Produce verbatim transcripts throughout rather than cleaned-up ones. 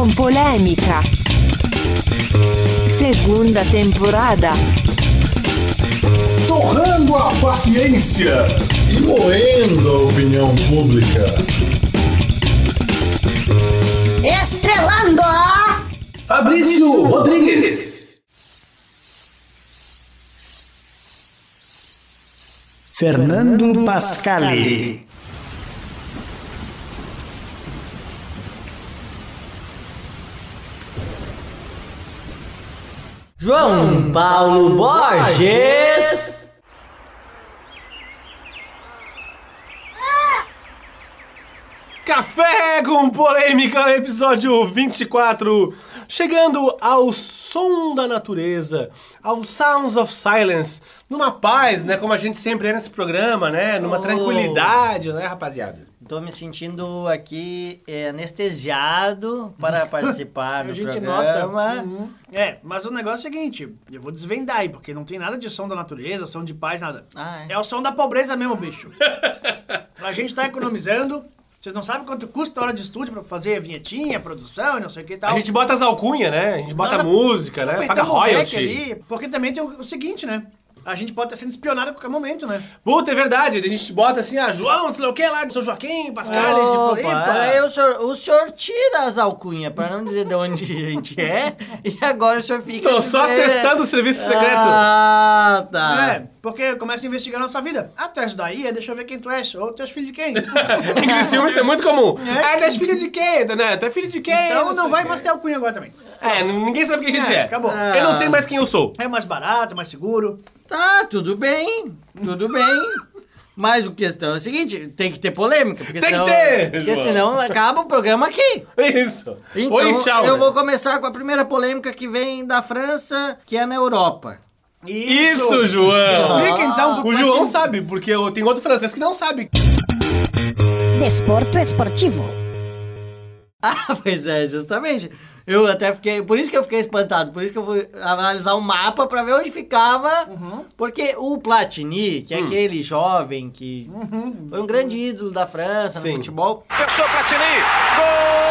com polêmica. Segunda temporada. Torrando a paciência e moendo a opinião pública. Estrelando a Fabrício Rodrigues, Fernando Pascali, João Paulo Borges. Café com Polêmica, episódio vinte e quatro, chegando ao som da natureza, ao Sounds of Silence, numa paz, né, como a gente sempre é nesse programa, né, numa oh. tranquilidade, né, rapaziada? Tô me sentindo aqui é, anestesiado para participar do programa. Uhum. É, mas o negócio é o seguinte, eu vou desvendar aí, porque não tem nada de som da natureza, som de paz, nada. Ah, é. é o som da pobreza mesmo, bicho. A gente tá economizando. Vocês não sabem quanto custa a hora de estúdio pra fazer vinhetinha, produção e não sei o que e tal. A gente bota as alcunhas, né? A gente bota Nós música, né? Paga royalty. Ali, porque também tem o, o seguinte, né? A gente pode estar sendo espionado a qualquer momento, né? Puta, é verdade. A gente bota assim, ah, João, não sei o que lá, de São Joaquim, Pascal, de Floripa. Aí o senhor, o senhor tira as alcunhas pra não dizer de onde a gente é. E agora o senhor fica... Tô só dizer... testando o serviço secreto. Ah, tá. É, porque começa a investigar a nossa vida. Ah, tu és daí? Deixa eu ver quem tu és. Ou tu és filho de quem? Em Criciúma isso é muito comum. É, ah, tu és filho de quem, né? Tu é filho de quem? Então não, não vai mais ter alcunha agora também. É, ninguém sabe quem a gente é. é. Acabou. Ah. Eu não sei mais quem eu sou. É mais barato, mais seguro. Tá, tudo bem, tudo bem. Mas a questão é o seguinte, tem que ter polêmica. Porque tem senão, que ter! Porque senão acaba o programa aqui. Isso. Então, Oi, tchau. Eu né? vou começar com a primeira polêmica que vem da França, que é na Europa. Isso, Isso João! Explica então. O João Platini. Sabe, porque tem outro francês que não sabe. Desporto esportivo. Ah, pois é, justamente. Eu até fiquei... Por isso que eu fiquei espantado. Por isso que eu fui analisar o mapa pra ver onde ficava. Uhum. Porque o Platini, que é hum. aquele jovem que uhum. foi um grande ídolo da França Sim. no futebol. Fechou Platini. Gol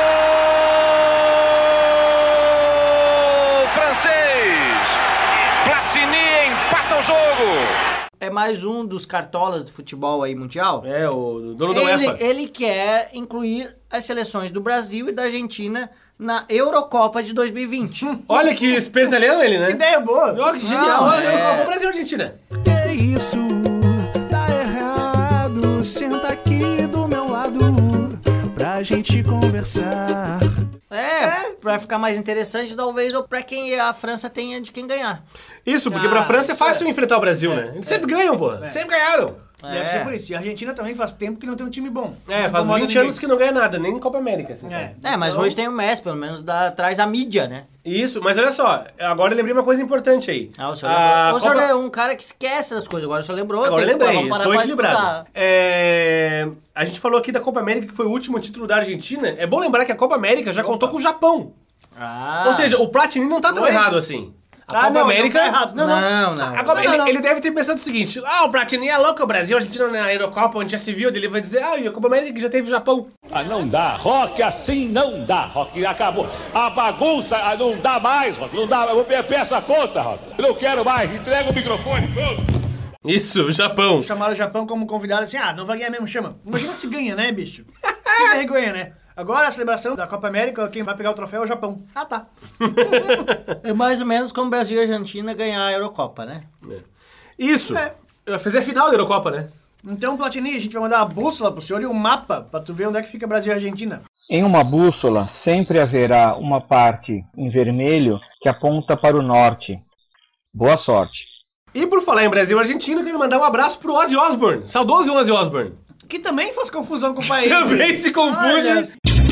francês. Platini empata o jogo. É mais um dos cartolas do futebol aí mundial. É, o dono da ele, UEFA. Ele quer incluir as seleções do Brasil e da Argentina na Eurocopa de dois mil e vinte. Olha que espertalhão ele, né? Que ideia boa. Olha que genial. Não, Olha, é... Eurocopa Brasil e Argentina. Que isso, tá errado. Senta aqui do meu lado pra gente conversar. É, é, pra ficar mais interessante, talvez, ou pra quem a França tenha de quem ganhar. Isso, porque ah, pra França é fácil é. enfrentar o Brasil, é, né? Eles é. sempre ganham, pô. É. Sempre ganharam. Deve é. ser por isso. E a Argentina também faz tempo que não tem um time bom. É, faz vinte anos que não ganha nada, nem Copa América, assim, é. é, mas então... hoje tem o Messi, pelo menos dá, traz a mídia, né? Isso, mas olha só, agora eu lembrei uma coisa importante aí. Ah, o senhor, a o senhor Copa... é um cara que esquece das coisas, agora o senhor lembrou. Agora eu lembrei, que... tô equilibrado. É... A gente falou aqui da Copa América, que foi o último título da Argentina. É bom lembrar que a Copa América já Opa. contou com o Japão. Ah. Ou seja, o Platini não tá tão Oi? errado assim. A ah, Copa não, América... Não, tá errado. não, não. não, não. A Copa, não, ele, não. ele deve ter pensado o seguinte, ah, o Platini é louco, o Brasil, a Argentina na Eurocopa, onde já se viu, ele vai dizer, ah, e a Copa América já teve o Japão. Ah, não dá, Rock, assim não dá, Rock, acabou. A bagunça, não dá mais, Rock, não dá, eu peço a conta, Rock. Eu não quero mais, entrega o microfone, pronto. Isso, o Japão. Chamaram o Japão como convidado assim, ah, não vai ganhar mesmo, chama. Imagina se ganha, né, bicho? Que vergonha, né? Agora a celebração da Copa América, quem vai pegar o troféu é o Japão. Ah, tá. É mais ou menos como o Brasil e a Argentina ganhar a Eurocopa, né? É. Isso. É. Fazer a final da Eurocopa, né? Então, Platini, a gente vai mandar uma bússola pro senhor e um mapa pra tu ver onde é que fica Brasil e Argentina. Em uma bússola, sempre haverá uma parte em vermelho que aponta para o norte. Boa sorte. E por falar em Brasil e Argentina, eu quero mandar um abraço pro Ozzy Osbourne. Saudoso Ozzy Osbourne. Que também faz confusão com o país. Também se confunde. Olha.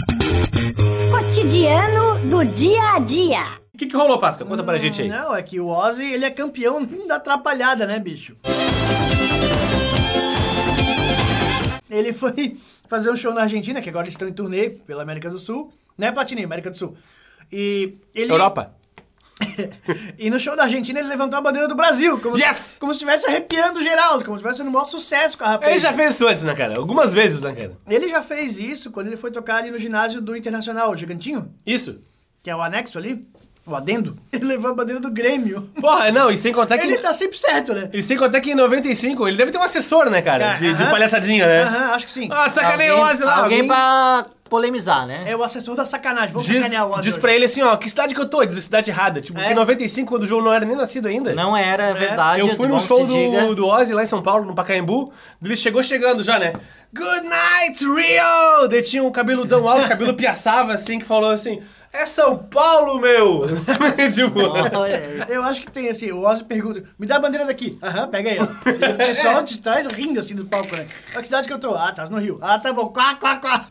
Cotidiano do dia a dia. O que, que rolou, Pascal? Conta hum, pra gente aí. Não, é que o Ozzy, ele é campeão da atrapalhada, né, bicho? Ele foi fazer um show na Argentina, que agora eles estão em turnê pela América do Sul. Né, Platini? América do Sul. E ele... Europa. E no show da Argentina ele levantou a bandeira do Brasil, como, yes! se, como se estivesse arrepiando geral, como se estivesse no maior sucesso com a rapaz. Ele já fez isso antes, né, cara? Algumas vezes, né, cara? Ele já fez isso quando ele foi tocar ali no ginásio do Internacional, o Gigantinho. Isso. que é o anexo ali, o adendo, ele levou a bandeira do Grêmio. Porra, não, e sem contar que... Ele tá sempre certo, né? E sem contar que em noventa e cinco ele deve ter um assessor, né, cara? De, de palhaçadinha, né? Aham, acho que sim. Ah, sacaneia o Alguém, Ozzy lá. alguém pra polemizar, né? É o assessor da sacanagem, vamos Diz, sacanear o Ozzy diz hoje. pra ele assim, ó, que cidade que eu tô? Diz a cidade errada. Tipo, É? porque em noventa e cinco, quando o João não era nem nascido ainda. Não era é verdade. Eu fui bom no que show se diga. do, do Ozzy lá em São Paulo, no Pacaembu. Ele chegou chegando já, né? Good night, Rio! Daí tinha um cabeludão alto, cabelo piaçava assim, que falou assim... É São Paulo, meu! Tipo... Eu acho que tem assim, o Ozzy pergunta, me dá a bandeira daqui. Aham, pega aí. Ó. E o pessoal de trás rindo assim do palco, né? Qual que cidade que eu tô? Ah, tá no Rio. Ah, tá bom. Quá, quá, quá.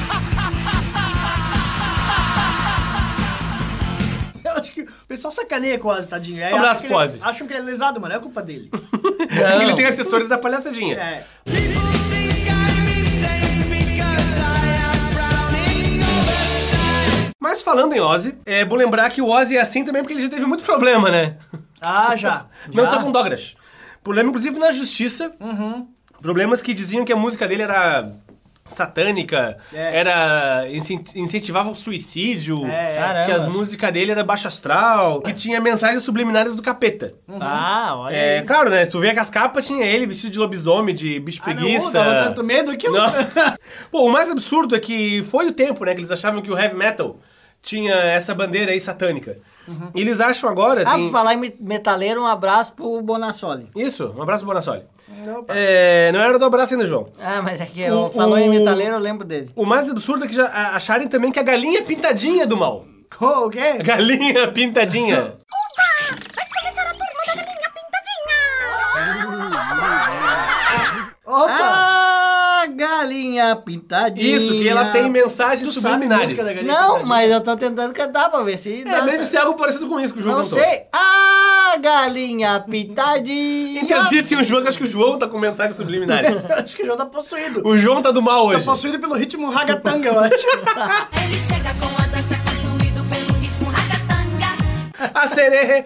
Eu acho que o pessoal sacaneia com o Ozzy, tadinho. Aí Um abraço acham que pro ele- Ozzy. Acham que ele é lesado, mano. É culpa dele. Ele tem assessores da palhaçadinha. É. Mas falando em Ozzy, é bom lembrar que o Ozzy é assim também porque ele já teve muito problema, né? Ah, já. Não Já? só com Douglas. Problema, inclusive, na justiça. Uhum. Problemas que diziam que a música dele era satânica, É. era incen- incentivava o suicídio, É, que caramba. as músicas dele era baixo astral, que tinha mensagens subliminares do capeta. Ah, olha É, aí. claro, né? Tu vê que as capas tinha ele vestido de lobisomem, de bicho Ah, não, preguiça. dava tanto medo que eu... Não. Pô, o mais absurdo é que foi o tempo, né? Que eles achavam que o heavy metal tinha essa bandeira aí satânica. E eles acham agora... Ah, tem- por falar em me- metaleiro, um abraço pro Bonassoli. Isso, um abraço pro Bonassoli. É, não era do abraço ainda, João. Ah, mas é que O- eu, falou o- em metaleiro, eu lembro dele. O mais absurdo é que já a- acharem também que a galinha pintadinha é do mal. O quê? A galinha pintadinha. Opa! Ah, galinha pintadinha. Isso, que ela tem mensagens Tu sabe a subliminares. música da galinha Não, pintadinha? mas eu tô tentando cantar pra ver se... É, dá deve certo. ser algo parecido com isso que o João Não cantou. sei. Ah, galinha pintadinha. Acredite em o João, que acho que o João tá com mensagens subliminares. Acho que o João tá possuído. O João tá do mal Tá hoje. possuído pelo ritmo ragatanga, eu acho. Ele chega com a dança possuído pelo ritmo ragatanga. A sererê.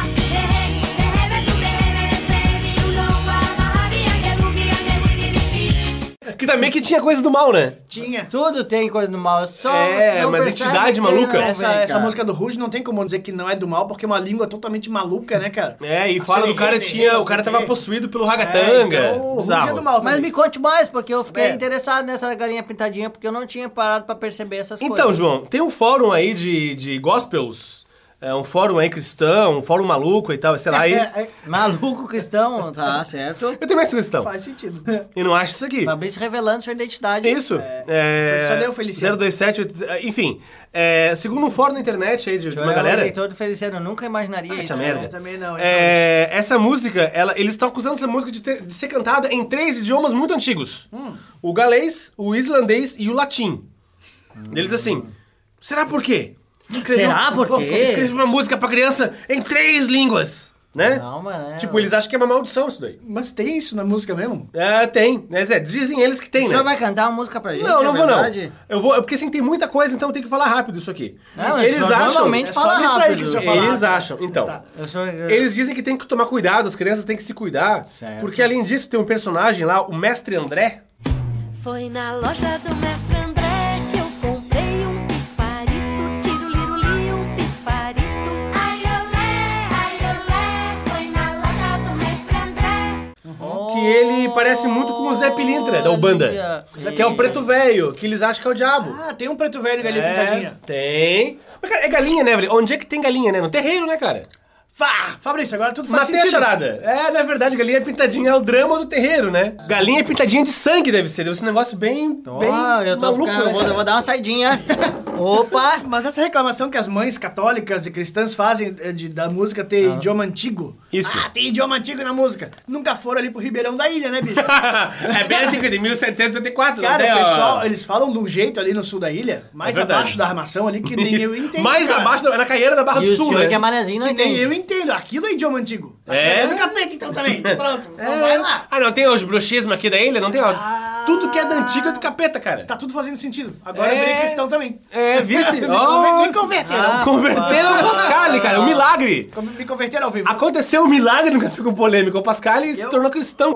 Que também que tinha coisa do mal, né? Tinha. Tudo tem coisa no mal. Só É, não mas percebe entidade que maluca. não Essa, vem, essa cara. música do Ruge não tem como dizer que não é do mal, porque é uma língua totalmente maluca, né, cara? É, e A fala do sererê, cara tererê, tinha... não O cara sei tava quê. possuído pelo É, ragatanga. então, o Ruge Bizarro. é do mal Mas também. me conte mais, porque eu fiquei É. interessado nessa galinha pintadinha, porque eu não tinha parado pra perceber essas Então, coisas. João, tem um fórum aí de, de gospels, é um fórum aí cristão, um fórum maluco e tal, sei lá. E... É, é, Maluco cristão, tá certo. Eu também sou cristão. faz sentido. E não acho isso aqui. Fabrício revelando sua identidade. Isso. É... Só deu Feliciano. zero dois sete, enfim. É, segundo um fórum na internet aí de, de Eu uma era o galera... eleitor do Feliciano, eu nunca imaginaria isso. Essa merda. É, também não. É, essa música, ela, eles estão acusando essa música de, ter- de ser cantada em três idiomas muito antigos. O galês, o islandês e o latim. Eles assim, será por quê? Será por quê? Escreve uma música pra criança em três línguas, né? Não, mano. é- Tipo, eles acham que é uma maldição isso daí. Mas tem isso na música mesmo? É, tem. Mas é, dizem eles que tem, O né? senhor vai cantar uma música pra gente? Não, não é vou não. verdade? Eu vou, é porque assim, tem muita coisa, então eu tenho que falar rápido isso aqui. Não, mas eles o senhor acham... normalmente é fala só nisso aí rápido. que o senhor fala. Eles acham, então. Tá. Eu sou... Eles dizem que tem que tomar cuidado, as crianças têm que se cuidar. Certo. Porque além disso, tem um personagem lá, o Mestre André. Foi na loja do mestre André que eu comprei um pifarito, tiro liro li um pifarito. Ai olé, ai olé, foi na loja do mestre André. Que ele parece muito com o Zé Pilintra, da Ubanda. Olha, Que é o preto velho, que eles acham que é o diabo. Ah, tem um preto velho galinha É, pintadinha. tem. Mas, cara, é galinha, né, velho? Onde é que tem galinha, né? No terreiro, né, cara? Fá! Fabrício, agora tudo faz Matei a sentido. charada. É, na verdade, galinha pintadinha é o drama do terreiro, né? Galinha pintadinha de sangue deve ser. Deve ser um negócio bem, Ó, bem eu tô maluco, ficando, né, eu vou, cara? eu vou dar uma saidinha. Opa! Mas essa reclamação que as mães católicas e cristãs fazem eh, de, da música ter idioma antigo. Isso. Ah, tem idioma antigo na música. Nunca foram ali pro Ribeirão da Ilha, né, bicho? É bem antigo, de mil setecentos e oitenta e quatro. Cara, não tem, o ó. pessoal, eles falam de um jeito ali no sul da ilha, mais É verdade. abaixo da armação ali, que nem eu entendo. Mais cara. abaixo, da- na carreira da Barra E do o Sul, senhor né? que é manezinho não Que nem entende. eu entendo. Aquilo é idioma antigo. É? Aquilo é do capeta, então, também. Pronto. Então vai lá. Ah, não tem os bruxismo aqui da ilha? Não tem, ó. Tudo que é da antiga é do capeta, cara. Tá tudo fazendo sentido. Agora É. eu virei cristão também. É, vice? Me, Ó, conver- me converteram. Ah, converteram o Pascal, cara. Um milagre. Me converteram ao vivo. Aconteceu um milagre no Café com Polêmica. O Pascal se Eu- tornou cristão.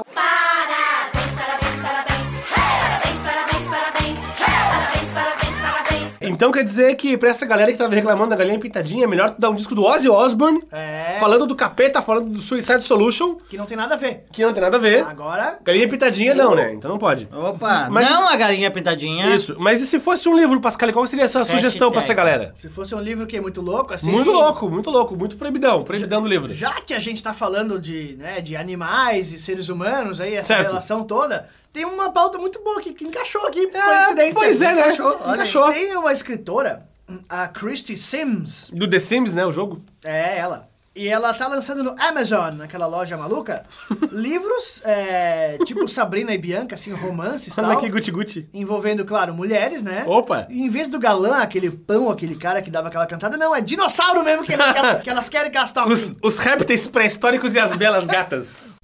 Parabéns, parabéns, parabéns. Parabéns, parabéns, parabéns. Parabéns, parabéns, parabéns. Então quer dizer que pra essa galera que tava reclamando da Galinha Pintadinha, é melhor tu dar um disco do Ozzy Osbourne, É. falando do Capeta, falando do Suicide Solution, Que não tem nada a ver. que não tem nada a ver. Agora... Galinha Pintadinha não, né? Então não pode. Opa, Mas- não a galinha pintadinha. Isso. Mas e se fosse um livro, Pascal, qual seria a sua sugestão pra essa galera? Se fosse um livro que é muito louco, assim... Muito louco, muito louco, muito proibidão, proibidão do livro. Já que a gente tá falando de, né, de animais e seres humanos, aí, essa Certo. relação toda, tem uma pauta muito boa aqui, que encaixou aqui, por É, coincidência. pois é, né? Encaixou. olha aí. Encaixou. Tem uma escritora, a Christie Sims, Do The Sims, né, o jogo? é ela, e ela tá lançando no Amazon, naquela loja maluca, livros, é, tipo Sabrina e Bianca, assim, romances e Olha tal. aqui, Guti Guti. Envolvendo, claro, mulheres, né? Opa. E em vez do galã, aquele pão, aquele cara que dava aquela cantada, não, é dinossauro mesmo que, elas- que elas- que elas querem que elas toquem. Os, os répteis pré-históricos e as belas gatas.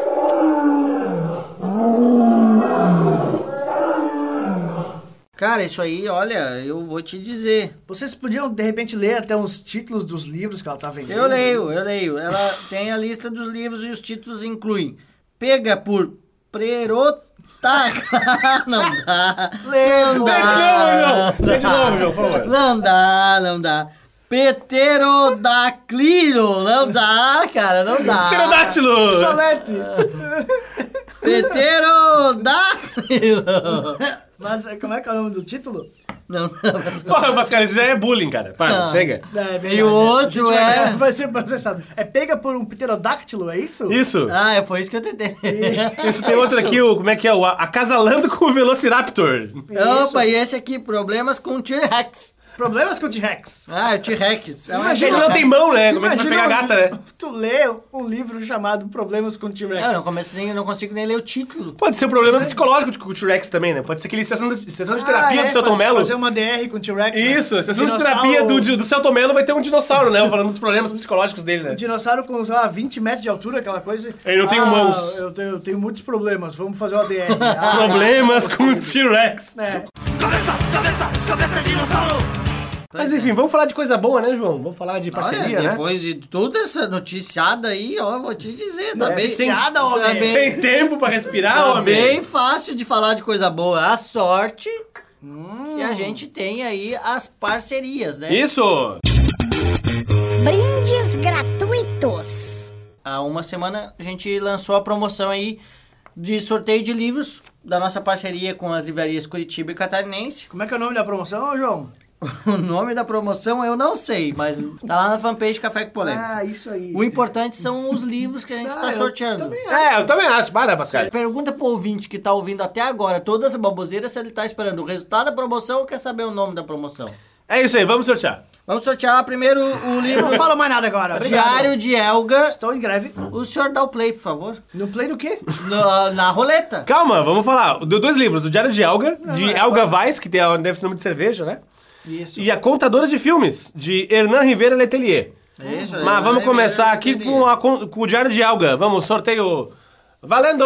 Cara, isso aí, olha, eu vou te dizer. Vocês podiam, de repente, ler até os títulos dos livros que ela tá vendendo? Eu leio, eu leio. Ela tem a lista dos livros e os títulos incluem Pega por Prerota... Não dá. Não Lê de novo, João. Lê de novo, João, por favor. Não dá, não dá. Pterodaclilo. Não dá, cara, não dá. Pterodátilo. Solete! Pterodaclilo. Mas como é que é o nome do título? Não, não. Mas... Porra, Pascal, isso já é bullying, cara. Para, Não. chega. É, verdade, E o a outro gente vai- é- Vai ser processado. É pega por um pterodáctilo, é isso? Isso. Ah, é, foi isso que eu tentei. Isso tem outro aqui, o, como é que é? O Acasalando com o Velociraptor. Opa, e esse aqui, problemas com o T-Rex. Problemas com o T-Rex. Ah, o T-Rex. É uma Ele não tem mão, né? Como é que vai pegar a Imagina gata, né? Tu lê um livro chamado Problemas com o T-Rex. Eu não, começo nem, não consigo nem ler o título. Pode ser um problema psicológico com o T-Rex também, né? Pode ser aquele sessão de, sessão de terapia Ah, do é, Celton faz- Mello. Fazer uma D R com o T-Rex. né? Isso, sessão de Dinossauro- terapia do, do Celton Mello vai ter um dinossauro, né? Falando dos problemas psicológicos dele, né? Um dinossauro com, sei lá, vinte metros de altura, aquela coisa. Eu não tenho Ah, mãos. Eu tenho, eu tenho muitos problemas, vamos fazer uma D R. Ah, Problemas com o T-Rex. é. Mas enfim, vamos falar de coisa boa, né, João? Vamos falar de parceria, Olha, né? depois de toda essa noticiada aí, ó, eu vou te dizer, tá bem... Noticiada, homem. tá bem, Sem tempo pra respirar, tá homem. bem fácil de falar de coisa boa. A sorte que a gente tem aí as parcerias, né? Isso! Brindes gratuitos. Há uma semana a gente lançou a promoção aí de sorteio de livros da nossa parceria com as livrarias Curitiba e Catarinense. Como é que é o nome da promoção, ô, João? O nome da promoção eu não sei, mas tá lá na fanpage Café com Polêmica. Ah, isso aí. O importante são os livros que a gente está Ah, eu sorteando. também É, eu também acho. Para, Pascal. Pergunta pro ouvinte que tá ouvindo até agora toda essa baboseira se ele tá esperando o resultado da promoção ou quer saber o nome da promoção. É isso aí, vamos sortear. Vamos sortear primeiro o livro Não fala mais nada agora. Obrigado. Diário de Elga. Estou em greve. O senhor dá o play, por favor. No play do quê? Na, na roleta. Calma, vamos falar. Do- Dois livros, o Diário de Elga, de Elga Weiss, que tem, a- deve ser nome de cerveja, né? Isso. E A Contadora de Filmes, de Hernan Rivera Letelier. Isso, Mas aí, vamos vai, começar vai, aqui vai, com, a con- com o Diário de Elga. Vamos, sorteio. Valendo!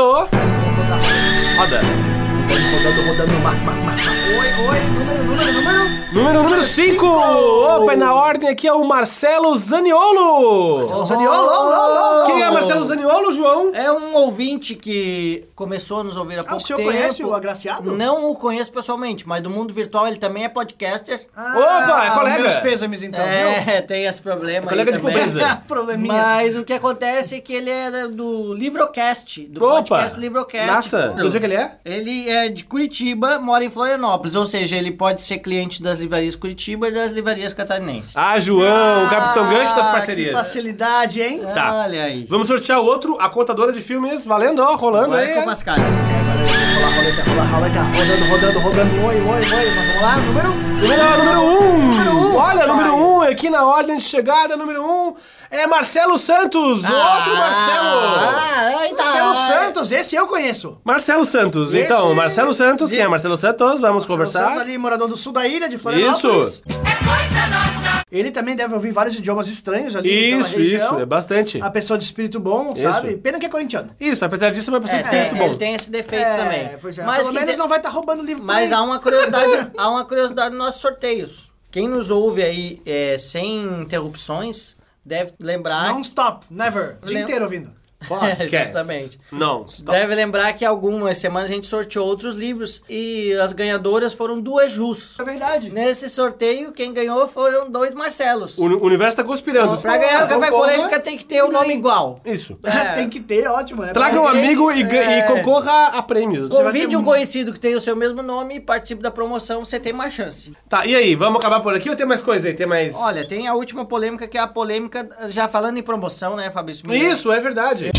Roda. Rodando, rodando, mar, mar, mar. Oi, oi, número, número, número. Número número cinco! Opa, e na ordem aqui é o Marcelo Zaniolo! Zaniolo, oh, oh, oh. Quem é Marcelo Zaniolo, João? É um ouvinte que começou a nos ouvir há Ah, o pouco senhor tempo. conhece o agraciado? Não o conheço pessoalmente, mas do mundo virtual ele também é podcaster. Ah, Opa, é colega. Meus pêsames, então, viu? É, tem esse problema. Colega aí de também. pobreza. Probleminha. Mas o que acontece é que ele é do Livrocast, do Opa! podcast Livrocast. Nossa, de onde é que ele é? Ele é de Curitiba, mora em Florianópolis, ou seja, ele pode ser cliente das livrarias Curitiba e das livrarias catarinenses. Ah, João, o Capitão Gancho das Que parcerias. facilidade, hein? Tá. Olha aí. Vamos sortear o outro, A Contadora de Filmes, valendo, ó, rolando Vai aí. com o Pascal. Rolar, roleta, rolar, roleta, rodando, rodando, rodando. Oi, oi, oi. Vamos lá, número? Número, número um! Número um, Olha, papai. número um, aqui na ordem de chegada, número um, é Marcelo Santos, outro Marcelo! Ah, eita. Marcelo Santos, esse eu conheço. Marcelo Santos, Esse- então, Marcelo Santos, quem é Marcelo Santos? Vamos conversar. Santos ali, morador do sul da ilha, de Florianópolis. Isso, Ele também deve ouvir vários idiomas estranhos ali pela isso, região. isso, é bastante. A pessoa de espírito bom, Isso. sabe? Pena que é corintiano. Isso, apesar disso, é uma pessoa de espírito É, bom. ele tem esse defeito também. Pois é, Mas pelo que menos te- não vai estar roubando livro por Mas aí. há uma curiosidade, há uma curiosidade nos nossos sorteios. Quem nos ouve aí é, sem interrupções deve lembrar. Non stop, never. O dia Lem- inteiro ouvindo. Podcast. É, justamente. Não, stop. Deve lembrar que algumas semanas a gente sorteou outros livros e as ganhadoras foram duas Jus. É verdade. Nesse sorteio, quem ganhou foram dois Marcelos. O uni- universo tá conspirando. Pra ganhar o Café Concorra. Polêmica tem que ter o nome igual. Isso. É. Tem que ter, ótimo, né? Traga um Pra- amigo e, ganhe- É. e concorra a prêmios. Você vai Convide ter um conhecido que tem o seu mesmo nome e participe da promoção, você tem mais chance. Tá, e aí, vamos acabar por aqui ou tem mais coisa aí? Tem mais... Olha, tem a última polêmica, que é a polêmica, já falando em promoção, né, Fabrício? Miller? Isso, é verdade.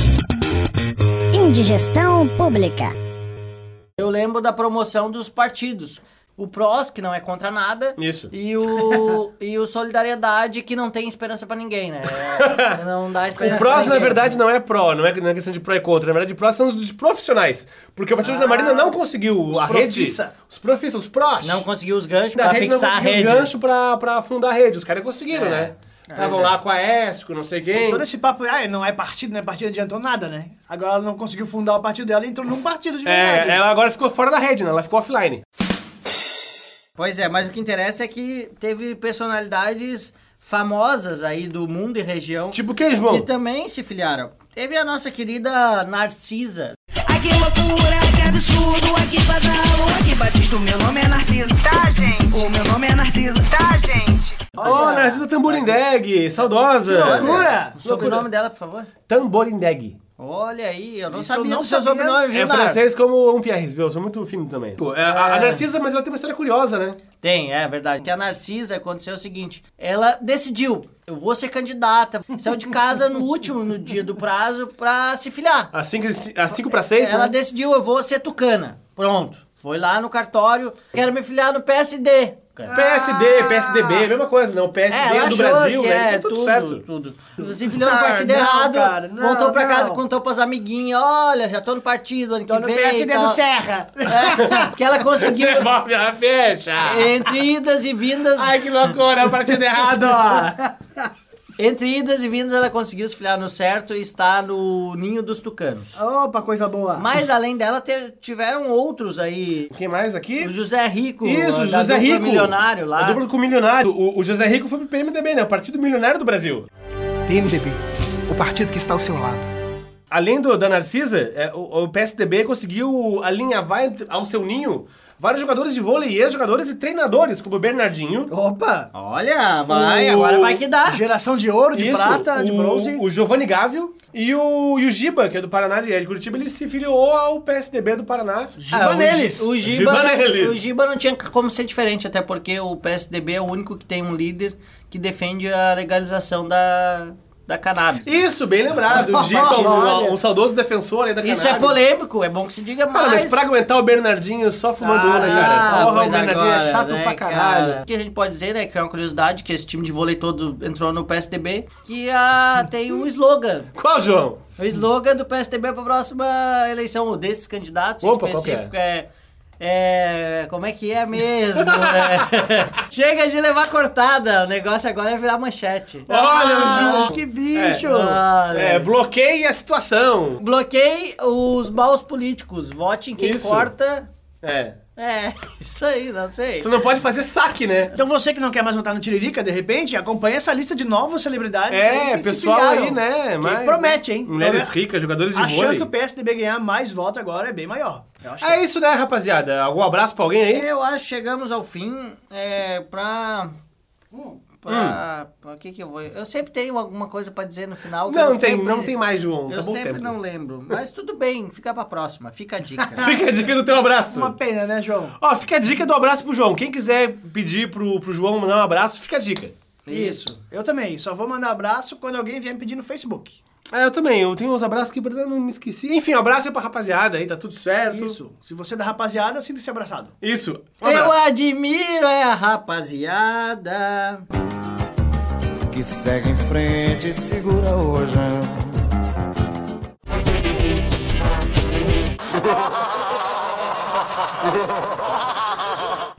Indigestão pública. Eu lembro da promoção dos partidos. O P R O S, que não é contra nada. Isso. E o, e o Solidariedade, que não tem esperança pra ninguém, né? É, não dá esperança O prós, pra na ninguém. verdade, não é pró, não é, não é questão de pró e contra. Na verdade, prós são os dos profissionais. Porque o Partido da Marina não conseguiu a rede... profissa. Os profistas, os prós. Não conseguiu os ganchos da pra rede fixar não a conseguiu rede. os ganchos pra, pra afundar a rede. Os caras conseguiram, É. né? É. Estavam Pois é. lá com a ESC, com não sei quem. Todo esse papo, ah, não é partido, não é partido, adiantou nada, né? Agora ela não conseguiu fundar o partido dela e entrou num partido de verdade. É, ela agora ficou fora da rede, né? Ela ficou offline. Pois é, mas o que interessa é que teve personalidades famosas aí do mundo e região. Tipo quem, João? Que também se filiaram. Teve a nossa querida Narcisa. Ai que loucura, que absurdo, aqui badalo, aqui Batista, o meu nome é Narciso, tá gente? O meu nome é Narciso, tá gente? Ô, oh, Narcisa Tamborindeg, saudosa. Que loucura! O sobrenome dela, por favor. Tamborindeg. Olha aí, eu não Isso eu sabia não do seu sabia. sobrenome, viu, É Nar? francês como um Pierre, viu? Eu sou muito fino também. Pô, é, a, a Narcisa, mas ela tem uma história curiosa, né? Tem, é verdade. Que a Narcisa aconteceu o seguinte: ela decidiu, eu vou ser candidata. Saiu de casa no último, no dia do prazo, pra se filiar. Às cinco para seis, Ela né? decidiu, eu vou ser tucana. Pronto. Foi lá no cartório, quero me filiar no P S D. P S D, P S D B, mesma coisa, não. P S D É, ela do achou Brasil, que né? é Tá tudo, tudo, certo. tudo. Se filiou no Ah, partido não, errado, cara, não, voltou pra casa, não. contou pras amiguinhas, olha, já tô no partido ano Tô que no vem. P S D e tal. do Serra. É, que ela conseguiu, Devolve a fecha. entre idas e vindas... Ai, que loucura, é o partido errado, ó. Entre idas e vindas, ela conseguiu se filiar no certo e está no ninho dos tucanos. Opa, coisa boa. Mas, além dela, te- tiveram outros aí. Quem mais aqui? O José Rico. Isso, o da José dupla Rico. milionário lá. A dupla com o milionário. O, o José Rico foi pro P M D B, né? O Partido Milionário do Brasil. P M D B, o partido que está ao seu lado. Além do, da Narcisa, é, o, o P S D B conseguiu alinhavar entre- ao seu ninho vários jogadores de vôlei, ex-jogadores e treinadores, como o Bernardinho. Opa! Olha, vai, O- agora vai que dá. Geração de ouro, de Isso, prata, de o- bronze. O Giovanni Gávio e o, e o Giba, que é do Paraná, e é de Curitiba, ele se filiou ao P S D B do Paraná. Giba Ah, o neles. Gi- O Giba, Giba neles. o Giba não tinha como ser diferente, até porque o P S D B é o único que tem um líder que defende a legalização da, da cannabis. Isso, bem lembrado. O Giba, um, Olha. um saudoso defensor aí da Isso cannabis. é polêmico, é bom que se diga Cara, mas mais. pra aguentar o Bernardinho só fumando Ah, una, cara. Porra, pois o Bernardinho agora, é chato né, pra caralho. cara? O que a gente pode dizer, né, que é uma curiosidade, que esse time de vôlei todo entrou no P S D B, que a, tem um slogan. Qual, João? O slogan do P S D B para a próxima eleição, ou desses candidatos em Opa, qual que é? específico, é... É... Como é que é mesmo? É, chega de levar cortada, o negócio agora é virar manchete. Olha, Ah, o João. que bicho! Ah, É, bloqueie a situação. Bloqueie os maus políticos, vote em quem Isso. corta. É. É, isso aí, não sei. Você não pode fazer saque, né? Então você que não quer mais votar no Tiririca, de repente, acompanha essa lista de novas celebridades. aí É, que se pessoal filiaram. aí, né? Que mais, promete, né? hein? Mulheres Então, ricas, jogadores de A vôlei. chance do P S D B ganhar mais votos agora é bem maior. Eu acho que É isso, né, rapaziada? Algum abraço pra alguém aí? Eu acho que chegamos ao fim é, pra... Pra... pra que que eu vou... Eu sempre tenho alguma coisa pra dizer no final. que eu Não tem, sempre- não tem mais, João. Eu Acabou o sempre tempo. não lembro. Mas tudo bem, fica pra próxima. Fica a dica. Fica a dica do teu abraço. Uma pena, né, João? Ó, fica a dica do abraço pro João. Quem quiser pedir pro, pro João mandar um abraço, fica a dica. Isso. Eu também. Só vou mandar abraço quando alguém vier me pedir no Facebook. É, eu também. Eu tenho uns abraços aqui, pra não me esqueci. Enfim, um abraço aí pra rapaziada aí, tá tudo certo. Isso. Se você é da rapaziada, sinta-se abraçado. Isso. Um Eu abraço. admiro é a rapaziada. Que segue em frente e segura o rojão.